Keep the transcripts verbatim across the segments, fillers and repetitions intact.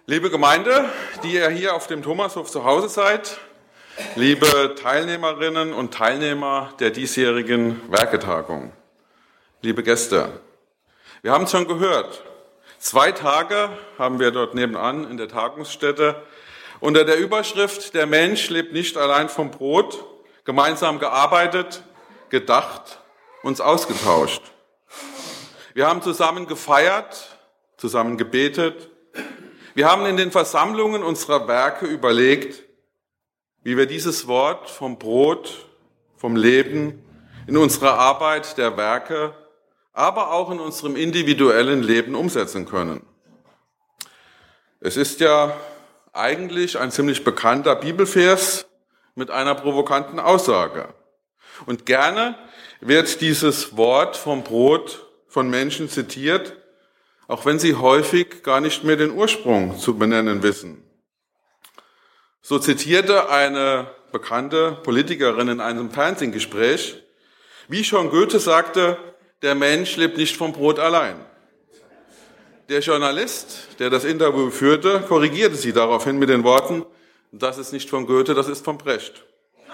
Liebe Gemeinde, die ihr hier auf dem Thomashof zu Hause seid, liebe Teilnehmerinnen und Teilnehmer der diesjährigen Werketagung, liebe Gäste, wir haben es schon gehört, zwei Tage haben wir dort nebenan in der Tagungsstätte unter der Überschrift "Der Mensch lebt nicht allein vom Brot" gemeinsam gearbeitet, gedacht, uns ausgetauscht. Wir haben zusammen gefeiert, zusammen gebetet. Wir haben in den Versammlungen unserer Werke überlegt, wie wir dieses Wort vom Brot, vom Leben in unserer Arbeit der Werke, aber auch in unserem individuellen Leben umsetzen können. Es ist ja eigentlich ein ziemlich bekannter Bibelvers mit einer provokanten Aussage. Und gerne wird dieses Wort vom Brot von Menschen zitiert, auch wenn sie häufig gar nicht mehr den Ursprung zu benennen wissen. So zitierte eine bekannte Politikerin in einem Fernsehgespräch, wie schon Goethe sagte, der Mensch lebt nicht vom Brot allein. Der Journalist, der das Interview führte, korrigierte sie daraufhin mit den Worten, das ist nicht von Goethe, das ist von Brecht.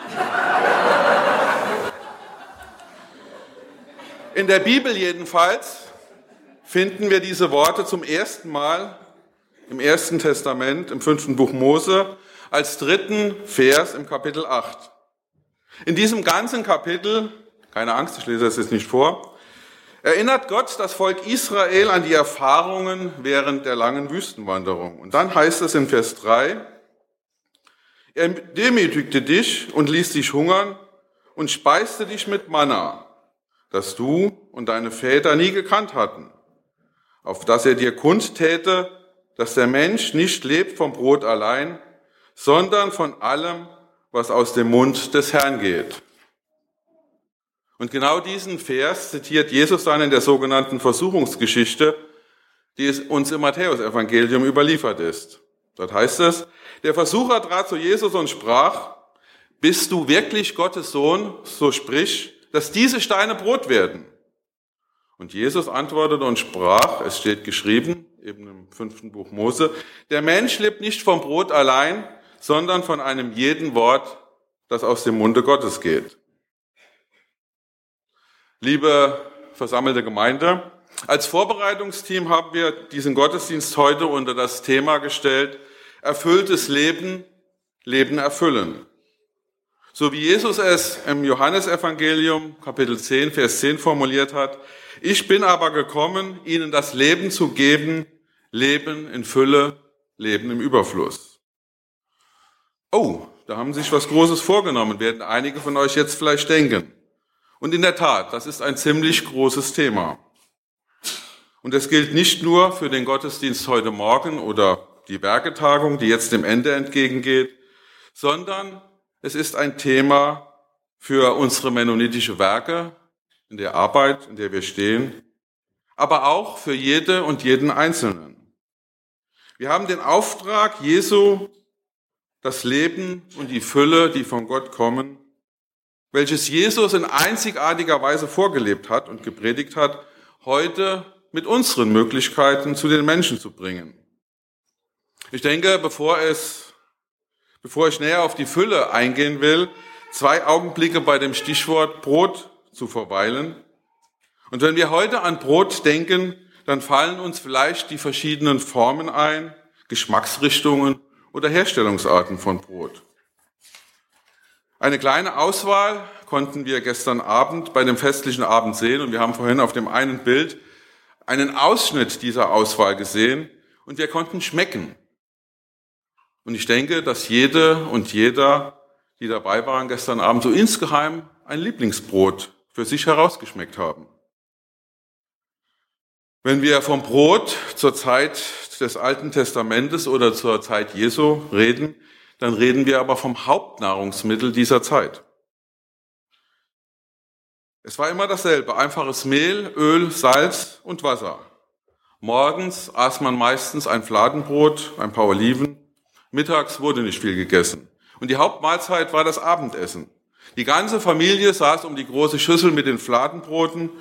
In der Bibel jedenfalls finden wir diese Worte zum ersten Mal im Ersten Testament, im fünften Buch Mose, als dritten Vers im Kapitel acht. In diesem ganzen Kapitel, keine Angst, ich lese es jetzt nicht vor, erinnert Gott das Volk Israel an die Erfahrungen während der langen Wüstenwanderung. Und dann heißt es in Vers drei, er demütigte dich und ließ dich hungern und speiste dich mit Manna, das du und deine Väter nie gekannt hatten, auf dass er dir kundtäte, dass der Mensch nicht lebt vom Brot allein, sondern von allem, was aus dem Mund des Herrn geht. Und genau diesen Vers zitiert Jesus dann in der sogenannten Versuchungsgeschichte, die uns im Matthäusevangelium überliefert ist. Dort heißt es, der Versucher trat zu Jesus und sprach, bist du wirklich Gottes Sohn, so sprich, dass diese Steine Brot werden. Und Jesus antwortete und sprach, es steht geschrieben, eben im fünften Buch Mose, der Mensch lebt nicht vom Brot allein, sondern von einem jeden Wort, das aus dem Munde Gottes geht. Liebe versammelte Gemeinde, als Vorbereitungsteam haben wir diesen Gottesdienst heute unter das Thema gestellt, erfülltes Leben, Leben erfüllen. So wie Jesus es im Johannesevangelium, Kapitel zehn, Vers zehn formuliert hat, ich bin aber gekommen, ihnen das Leben zu geben, Leben in Fülle, Leben im Überfluss. Oh, da haben Sie sich was Großes vorgenommen, werden einige von euch jetzt vielleicht denken. Und in der Tat, das ist ein ziemlich großes Thema. Und es gilt nicht nur für den Gottesdienst heute Morgen oder die Werketagung, die jetzt dem Ende entgegengeht, sondern es ist ein Thema für unsere mennonitische Werke, in der Arbeit, in der wir stehen, aber auch für jede und jeden Einzelnen. Wir haben den Auftrag Jesu, das Leben und die Fülle, die von Gott kommen, welches Jesus in einzigartiger Weise vorgelebt hat und gepredigt hat, heute mit unseren Möglichkeiten zu den Menschen zu bringen. Ich denke, bevor es, bevor ich näher auf die Fülle eingehen will, zwei Augenblicke bei dem Stichwort Brot zu verweilen. Und wenn wir heute an Brot denken, dann fallen uns vielleicht die verschiedenen Formen ein, Geschmacksrichtungen oder Herstellungsarten von Brot. Eine kleine Auswahl konnten wir gestern Abend bei dem festlichen Abend sehen und wir haben vorhin auf dem einen Bild einen Ausschnitt dieser Auswahl gesehen und wir konnten schmecken. Und ich denke, dass jede und jeder, die dabei waren gestern Abend, so insgeheim ein Lieblingsbrot für sich herausgeschmeckt haben. Wenn wir vom Brot zur Zeit des Alten Testamentes oder zur Zeit Jesu reden, dann reden wir aber vom Hauptnahrungsmittel dieser Zeit. Es war immer dasselbe, einfaches Mehl, Öl, Salz und Wasser. Morgens aß man meistens ein Fladenbrot, ein paar Oliven. Mittags wurde nicht viel gegessen. Und die Hauptmahlzeit war das Abendessen. Die ganze Familie saß um die große Schüssel mit den Fladenbroten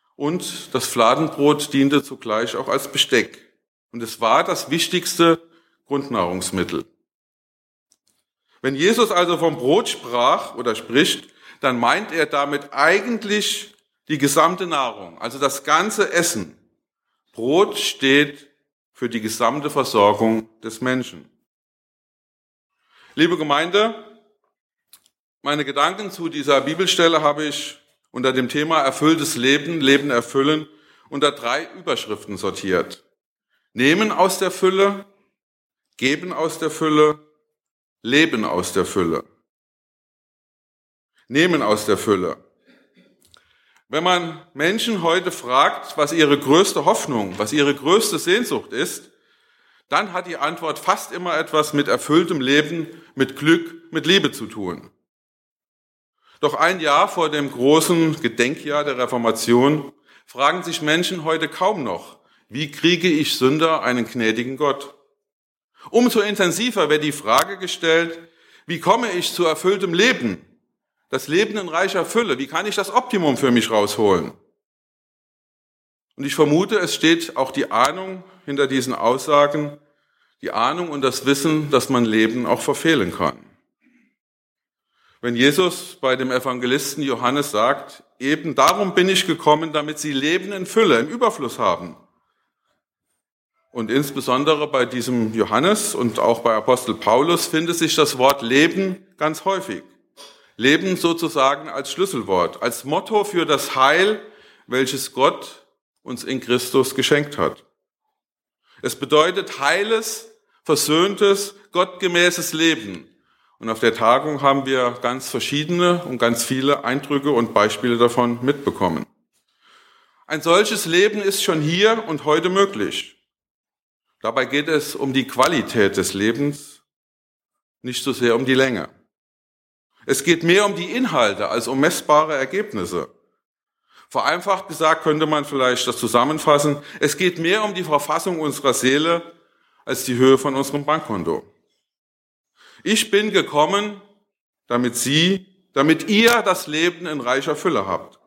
und das Fladenbrot diente zugleich auch als Besteck. Und es war das wichtigste Grundnahrungsmittel. Wenn Jesus also vom Brot sprach oder spricht, dann meint er damit eigentlich die gesamte Nahrung, also das ganze Essen. Brot steht für die gesamte Versorgung des Menschen. Liebe Gemeinde, meine Gedanken zu dieser Bibelstelle habe ich unter dem Thema erfülltes Leben, Leben erfüllen, unter drei Überschriften sortiert. Nehmen aus der Fülle, geben aus der Fülle, leben aus der Fülle. Nehmen aus der Fülle. Wenn man Menschen heute fragt, was ihre größte Hoffnung, was ihre größte Sehnsucht ist, dann hat die Antwort fast immer etwas mit erfülltem Leben, mit Glück, mit Liebe zu tun. Doch ein Jahr vor dem großen Gedenkjahr der Reformation fragen sich Menschen heute kaum noch, wie kriege ich Sünder einen gnädigen Gott? Umso intensiver wird die Frage gestellt, wie komme ich zu erfülltem Leben? Das Leben in reicher Fülle, wie kann ich das Optimum für mich rausholen? Und ich vermute, es steht auch die Ahnung hinter diesen Aussagen, die Ahnung und das Wissen, dass man Leben auch verfehlen kann. Wenn Jesus bei dem Evangelisten Johannes sagt, eben darum bin ich gekommen, damit sie Leben in Fülle, im Überfluss haben. Und insbesondere bei diesem Johannes und auch bei Apostel Paulus findet sich das Wort Leben ganz häufig. Leben sozusagen als Schlüsselwort, als Motto für das Heil, welches Gott uns in Christus geschenkt hat. Es bedeutet heiles, versöhntes, gottgemäßes Leben. Und auf der Tagung haben wir ganz verschiedene und ganz viele Eindrücke und Beispiele davon mitbekommen. Ein solches Leben ist schon hier und heute möglich. Dabei geht es um die Qualität des Lebens, nicht so sehr um die Länge. Es geht mehr um die Inhalte als um messbare Ergebnisse. Vereinfacht gesagt könnte man vielleicht das zusammenfassen, es geht mehr um die Verfassung unserer Seele als die Höhe von unserem Bankkonto. Ich bin gekommen, damit Sie, damit ihr das Leben in reicher Fülle habt.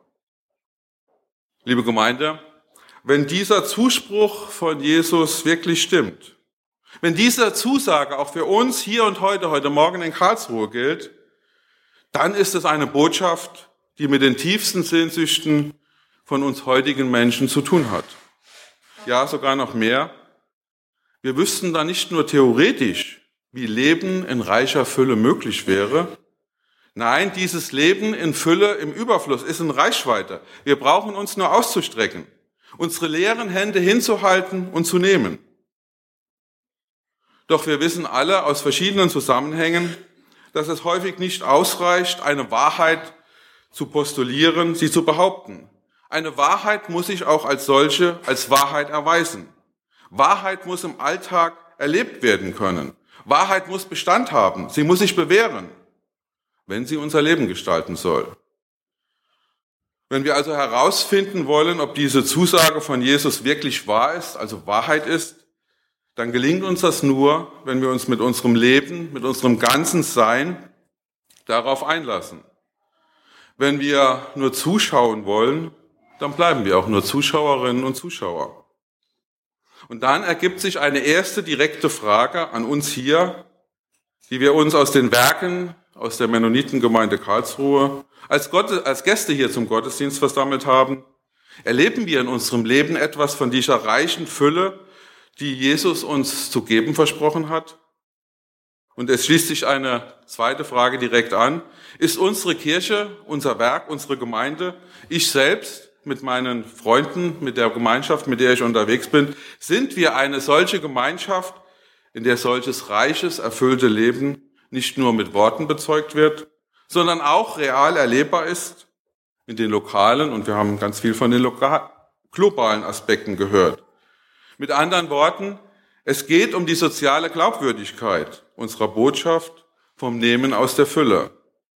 Liebe Gemeinde, wenn dieser Zuspruch von Jesus wirklich stimmt, wenn diese Zusage auch für uns hier und heute, heute Morgen in Karlsruhe gilt, dann ist es eine Botschaft, die mit den tiefsten Sehnsüchten von uns heutigen Menschen zu tun hat. Ja, sogar noch mehr. Wir wüssten da nicht nur theoretisch, wie Leben in reicher Fülle möglich wäre. Nein, dieses Leben in Fülle, im Überfluss ist in Reichweite. Wir brauchen uns nur auszustrecken, unsere leeren Hände hinzuhalten und zu nehmen. Doch wir wissen alle aus verschiedenen Zusammenhängen, dass es häufig nicht ausreicht, eine Wahrheit zu postulieren, sie zu behaupten. Eine Wahrheit muss sich auch als solche, als Wahrheit erweisen. Wahrheit muss im Alltag erlebt werden können. Wahrheit muss Bestand haben. Sie muss sich bewähren, wenn sie unser Leben gestalten soll. Wenn wir also herausfinden wollen, ob diese Zusage von Jesus wirklich wahr ist, also Wahrheit ist, dann gelingt uns das nur, wenn wir uns mit unserem Leben, mit unserem ganzen Sein darauf einlassen. Wenn wir nur zuschauen wollen, dann bleiben wir auch nur Zuschauerinnen und Zuschauer. Und dann ergibt sich eine erste direkte Frage an uns hier, die wir uns aus den Werken aus der Mennonitengemeinde Karlsruhe als, Gott, als Gäste hier zum Gottesdienst versammelt haben. Erleben wir in unserem Leben etwas von dieser reichen Fülle, die Jesus uns zu geben versprochen hat? Und es schließt sich eine zweite Frage direkt an. Ist unsere Kirche, unser Werk, unsere Gemeinde, ich selbst mit meinen Freunden, mit der Gemeinschaft, mit der ich unterwegs bin, sind wir eine solche Gemeinschaft, in der solches reiches, erfüllte Leben nicht nur mit Worten bezeugt wird, sondern auch real erlebbar ist in den lokalen, und wir haben ganz viel von den lokal, globalen Aspekten gehört. Mit anderen Worten, es geht um die soziale Glaubwürdigkeit unserer Botschaft vom Nehmen aus der Fülle.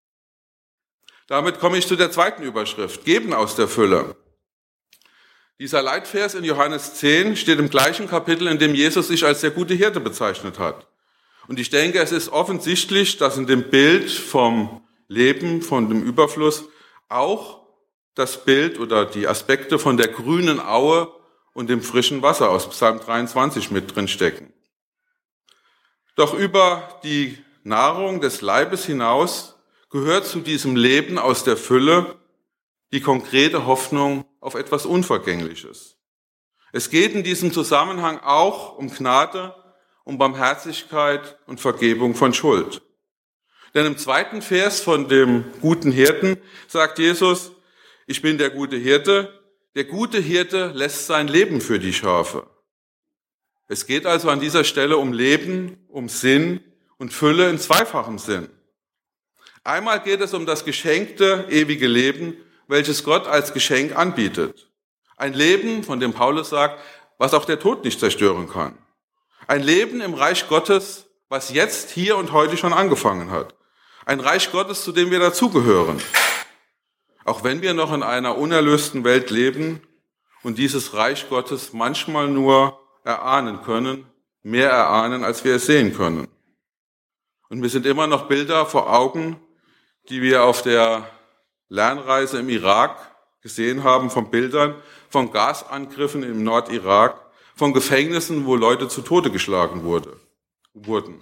Damit komme ich zu der zweiten Überschrift, Geben aus der Fülle. Dieser Leitvers in Johannes zehn steht im gleichen Kapitel, in dem Jesus sich als der gute Hirte bezeichnet hat. Und ich denke, es ist offensichtlich, dass in dem Bild vom Leben, von dem Überfluss, auch das Bild oder die Aspekte von der grünen Aue und dem frischen Wasser aus Psalm dreiundzwanzig mit drin stecken. Doch über die Nahrung des Leibes hinaus gehört zu diesem Leben aus der Fülle die konkrete Hoffnung auf etwas Unvergängliches. Es geht in diesem Zusammenhang auch um Gnade, um Barmherzigkeit und Vergebung von Schuld. Denn im zweiten Vers von dem guten Hirten sagt Jesus, ich bin der gute Hirte, der gute Hirte lässt sein Leben für die Schafe. Es geht also an dieser Stelle um Leben, um Sinn und Fülle in zweifachem Sinn. Einmal geht es um das geschenkte, ewige Leben, welches Gott als Geschenk anbietet. Ein Leben, von dem Paulus sagt, was auch der Tod nicht zerstören kann. Ein Leben im Reich Gottes, was jetzt, hier und heute schon angefangen hat. Ein Reich Gottes, zu dem wir dazugehören. Auch wenn wir noch in einer unerlösten Welt leben und dieses Reich Gottes manchmal nur erahnen können, mehr erahnen, als wir es sehen können. Und mir sind immer noch Bilder vor Augen, die wir auf der Lernreise im Irak gesehen haben, von Bildern, von Gasangriffen im Nordirak, von Gefängnissen, wo Leute zu Tode geschlagen wurde, wurden.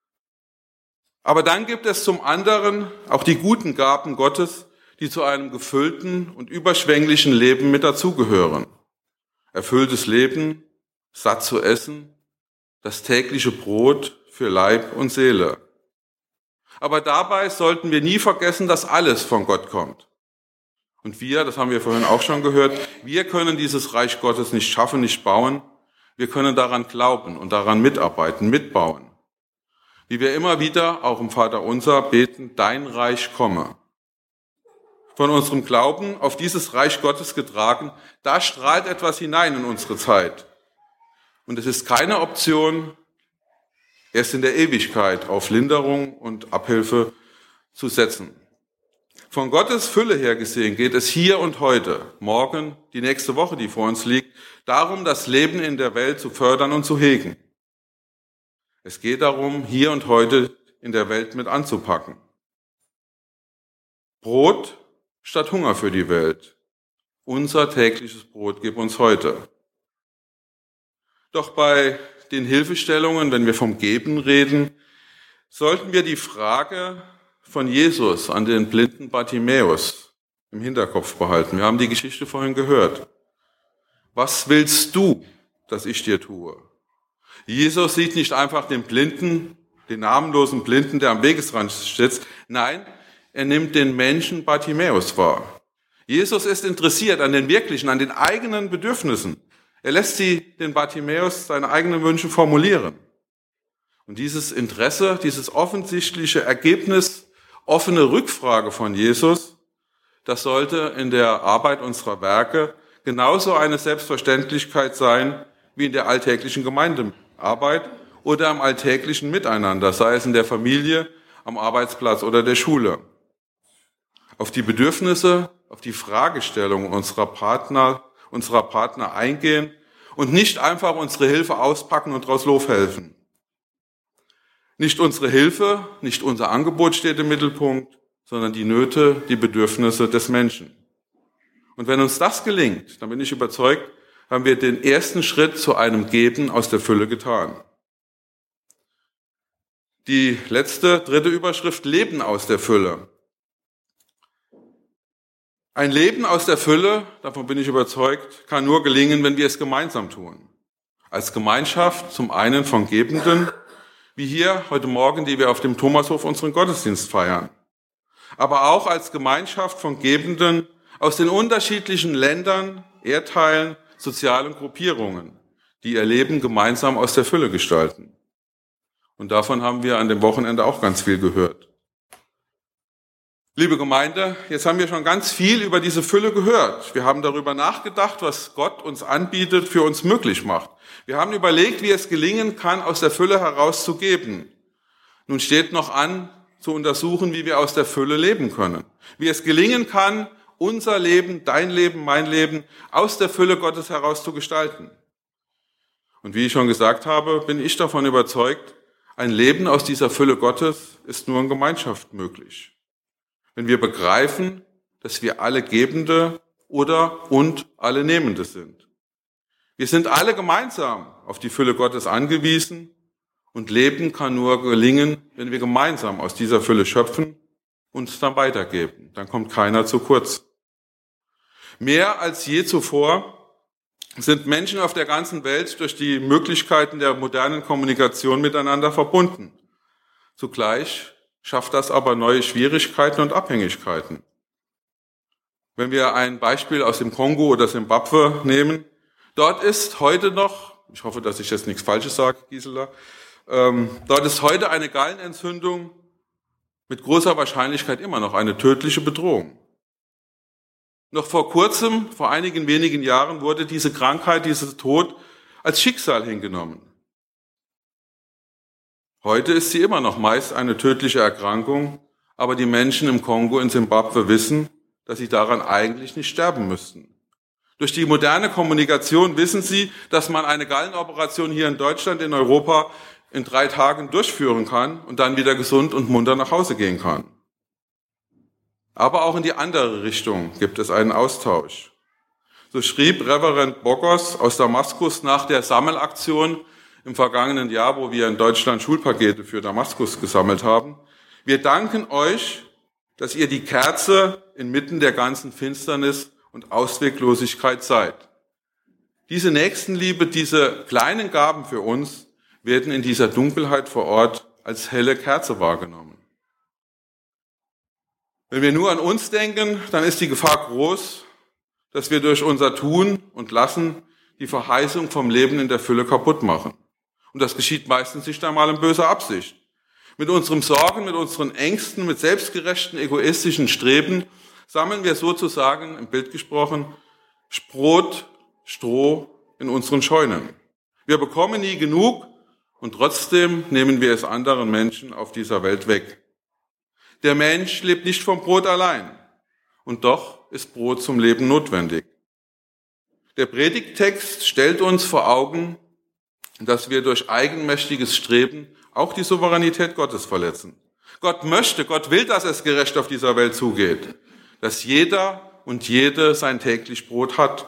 Aber dann gibt es zum anderen auch die guten Gaben Gottes, die zu einem gefüllten und überschwänglichen Leben mit dazugehören. Erfülltes Leben, satt zu essen, das tägliche Brot für Leib und Seele. Aber dabei sollten wir nie vergessen, dass alles von Gott kommt. Und wir, das haben wir vorhin auch schon gehört, wir können dieses Reich Gottes nicht schaffen, nicht bauen. Wir können daran glauben und daran mitarbeiten, mitbauen. Wie wir immer wieder auch im Vaterunser beten, dein Reich komme. Von unserem Glauben auf dieses Reich Gottes getragen, da strahlt etwas hinein in unsere Zeit. Und es ist keine Option, erst in der Ewigkeit auf Linderung und Abhilfe zu setzen. Von Gottes Fülle her gesehen geht es hier und heute, morgen, die nächste Woche, die vor uns liegt, darum, das Leben in der Welt zu fördern und zu hegen. Es geht darum, hier und heute in der Welt mit anzupacken. Brot statt Hunger für die Welt. Unser tägliches Brot gib uns heute. Doch bei den Hilfestellungen, wenn wir vom Geben reden, sollten wir die Frage von Jesus an den blinden Bartimäus im Hinterkopf behalten. Wir haben die Geschichte vorhin gehört. Was willst du, dass ich dir tue? Jesus sieht nicht einfach den Blinden, den namenlosen Blinden, der am Wegesrand sitzt. Nein, er nimmt den Menschen Bartimäus wahr. Jesus ist interessiert an den wirklichen, an den eigenen Bedürfnissen. Er lässt sie, den Bartimäus, seine eigenen Wünsche formulieren. Und dieses Interesse, dieses offensichtliche Ergebnis, offene Rückfrage von Jesus, das sollte in der Arbeit unserer Werke genauso eine Selbstverständlichkeit sein, wie in der alltäglichen Gemeindearbeit oder im alltäglichen Miteinander, sei es in der Familie, am Arbeitsplatz oder der Schule. Auf die Bedürfnisse, auf die Fragestellungen unserer Partner, unserer Partner eingehen und nicht einfach unsere Hilfe auspacken und daraus loshelfen. Nicht unsere Hilfe, nicht unser Angebot steht im Mittelpunkt, sondern die Nöte, die Bedürfnisse des Menschen. Und wenn uns das gelingt, dann bin ich überzeugt, haben wir den ersten Schritt zu einem Geben aus der Fülle getan. Die letzte, dritte Überschrift, Leben aus der Fülle. Ein Leben aus der Fülle, davon bin ich überzeugt, kann nur gelingen, wenn wir es gemeinsam tun. Als Gemeinschaft, zum einen von Gebenden, wie hier heute Morgen, die wir auf dem Thomashof unseren Gottesdienst feiern. Aber auch als Gemeinschaft von Gebenden aus den unterschiedlichen Ländern, Erdteilen, sozialen Gruppierungen, die ihr Leben gemeinsam aus der Fülle gestalten. Und davon haben wir an dem Wochenende auch ganz viel gehört. Liebe Gemeinde, jetzt haben wir schon ganz viel über diese Fülle gehört. Wir haben darüber nachgedacht, was Gott uns anbietet, für uns möglich macht. Wir haben überlegt, wie es gelingen kann, aus der Fülle herauszugeben. Nun steht noch an, zu untersuchen, wie wir aus der Fülle leben können. Wie es gelingen kann, unser Leben, dein Leben, mein Leben, aus der Fülle Gottes heraus zu gestalten. Und wie ich schon gesagt habe, bin ich davon überzeugt, ein Leben aus dieser Fülle Gottes ist nur in Gemeinschaft möglich. Wenn wir begreifen, dass wir alle Gebende oder und alle Nehmende sind. Wir sind alle gemeinsam auf die Fülle Gottes angewiesen Und Leben kann nur gelingen, wenn wir gemeinsam aus dieser Fülle schöpfen und es dann weitergeben. Dann kommt keiner zu kurz. Mehr als je zuvor sind Menschen auf der ganzen Welt durch die Möglichkeiten der modernen Kommunikation miteinander verbunden. Zugleich schafft das aber neue Schwierigkeiten und Abhängigkeiten. Wenn wir ein Beispiel aus dem Kongo oder Simbabwe nehmen, dort ist heute noch, ich hoffe, dass ich jetzt nichts Falsches sage, Gisela, ähm, dort ist heute eine Gallenentzündung mit großer Wahrscheinlichkeit immer noch eine tödliche Bedrohung. Noch vor kurzem, vor einigen wenigen Jahren, wurde diese Krankheit, dieser Tod als Schicksal hingenommen. Heute ist sie immer noch meist eine tödliche Erkrankung, aber die Menschen im Kongo, in Simbabwe wissen, dass sie daran eigentlich nicht sterben müssten. Durch die moderne Kommunikation wissen sie, dass man eine Gallenoperation hier in Deutschland, in Europa, in drei Tagen durchführen kann und dann wieder gesund und munter nach Hause gehen kann. Aber auch in die andere Richtung gibt es einen Austausch. So schrieb Reverend Bogos aus Damaskus nach der Sammelaktion im vergangenen Jahr, wo wir in Deutschland Schulpakete für Damaskus gesammelt haben: Wir danken euch, dass ihr die Kerze inmitten der ganzen Finsternis und Ausweglosigkeit seid. Diese Nächstenliebe, diese kleinen Gaben für uns werden in dieser Dunkelheit vor Ort als helle Kerze wahrgenommen. Wenn wir nur an uns denken, dann ist die Gefahr groß, dass wir durch unser Tun und Lassen die Verheißung vom Leben in der Fülle kaputt machen. Und das geschieht meistens nicht einmal in böser Absicht. Mit unseren Sorgen, mit unseren Ängsten, mit selbstgerechten, egoistischen Streben sammeln wir sozusagen, im Bild gesprochen, Brot, Stroh in unseren Scheunen. Wir bekommen nie genug und trotzdem nehmen wir es anderen Menschen auf dieser Welt weg. Der Mensch lebt nicht vom Brot allein. Und doch ist Brot zum Leben notwendig. Der Predigttext stellt uns vor Augen, dass wir durch eigenmächtiges Streben auch die Souveränität Gottes verletzen. Gott möchte, Gott will, dass es gerecht auf dieser Welt zugeht. Dass jeder und jede sein täglich Brot hat.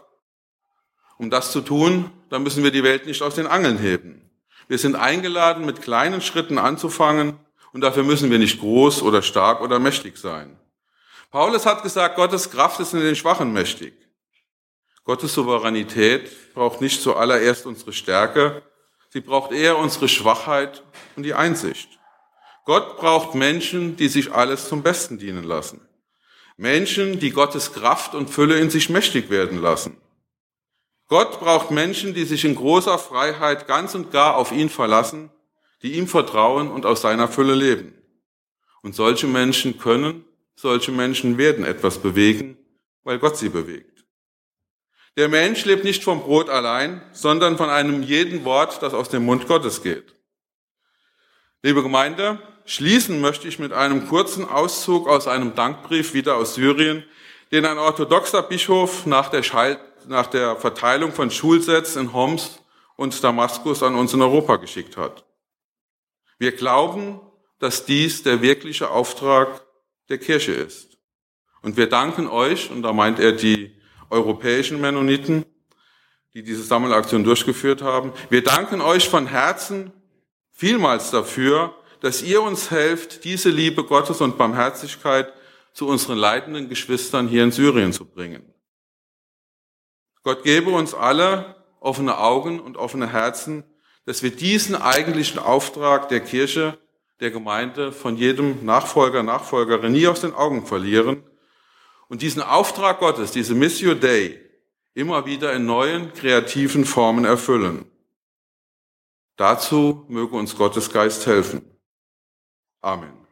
Um das zu tun, dann müssen wir die Welt nicht aus den Angeln heben. Wir sind eingeladen, mit kleinen Schritten anzufangen. Und dafür müssen wir nicht groß oder stark oder mächtig sein. Paulus hat gesagt, Gottes Kraft ist in den Schwachen mächtig. Gottes Souveränität braucht nicht zuallererst unsere Stärke, sie braucht eher unsere Schwachheit und die Einsicht. Gott braucht Menschen, die sich alles zum Besten dienen lassen. Menschen, die Gottes Kraft und Fülle in sich mächtig werden lassen. Gott braucht Menschen, die sich in großer Freiheit ganz und gar auf ihn verlassen, die ihm vertrauen und aus seiner Fülle leben. Und solche Menschen können, solche Menschen werden etwas bewegen, weil Gott sie bewegt. Der Mensch lebt nicht vom Brot allein, sondern von einem jeden Wort, das aus dem Mund Gottes geht. Liebe Gemeinde, schließen möchte ich mit einem kurzen Auszug aus einem Dankbrief wieder aus Syrien, den ein orthodoxer Bischof nach der, Schall, nach der Verteilung von Schulsitz in Homs und Damaskus an uns in Europa geschickt hat. Wir glauben, dass dies der wirkliche Auftrag der Kirche ist. Und wir danken euch, und da meint er die europäischen Mennoniten, die diese Sammelaktion durchgeführt haben, wir danken euch von Herzen vielmals dafür, dass ihr uns helft, diese Liebe Gottes und Barmherzigkeit zu unseren leidenden Geschwistern hier in Syrien zu bringen. Gott gebe uns alle offene Augen und offene Herzen, dass wir diesen eigentlichen Auftrag der Kirche, der Gemeinde, von jedem Nachfolger, Nachfolgerin nie aus den Augen verlieren und diesen Auftrag Gottes, diese Missio Dei, immer wieder in neuen, kreativen Formen erfüllen. Dazu möge uns Gottes Geist helfen. Amen.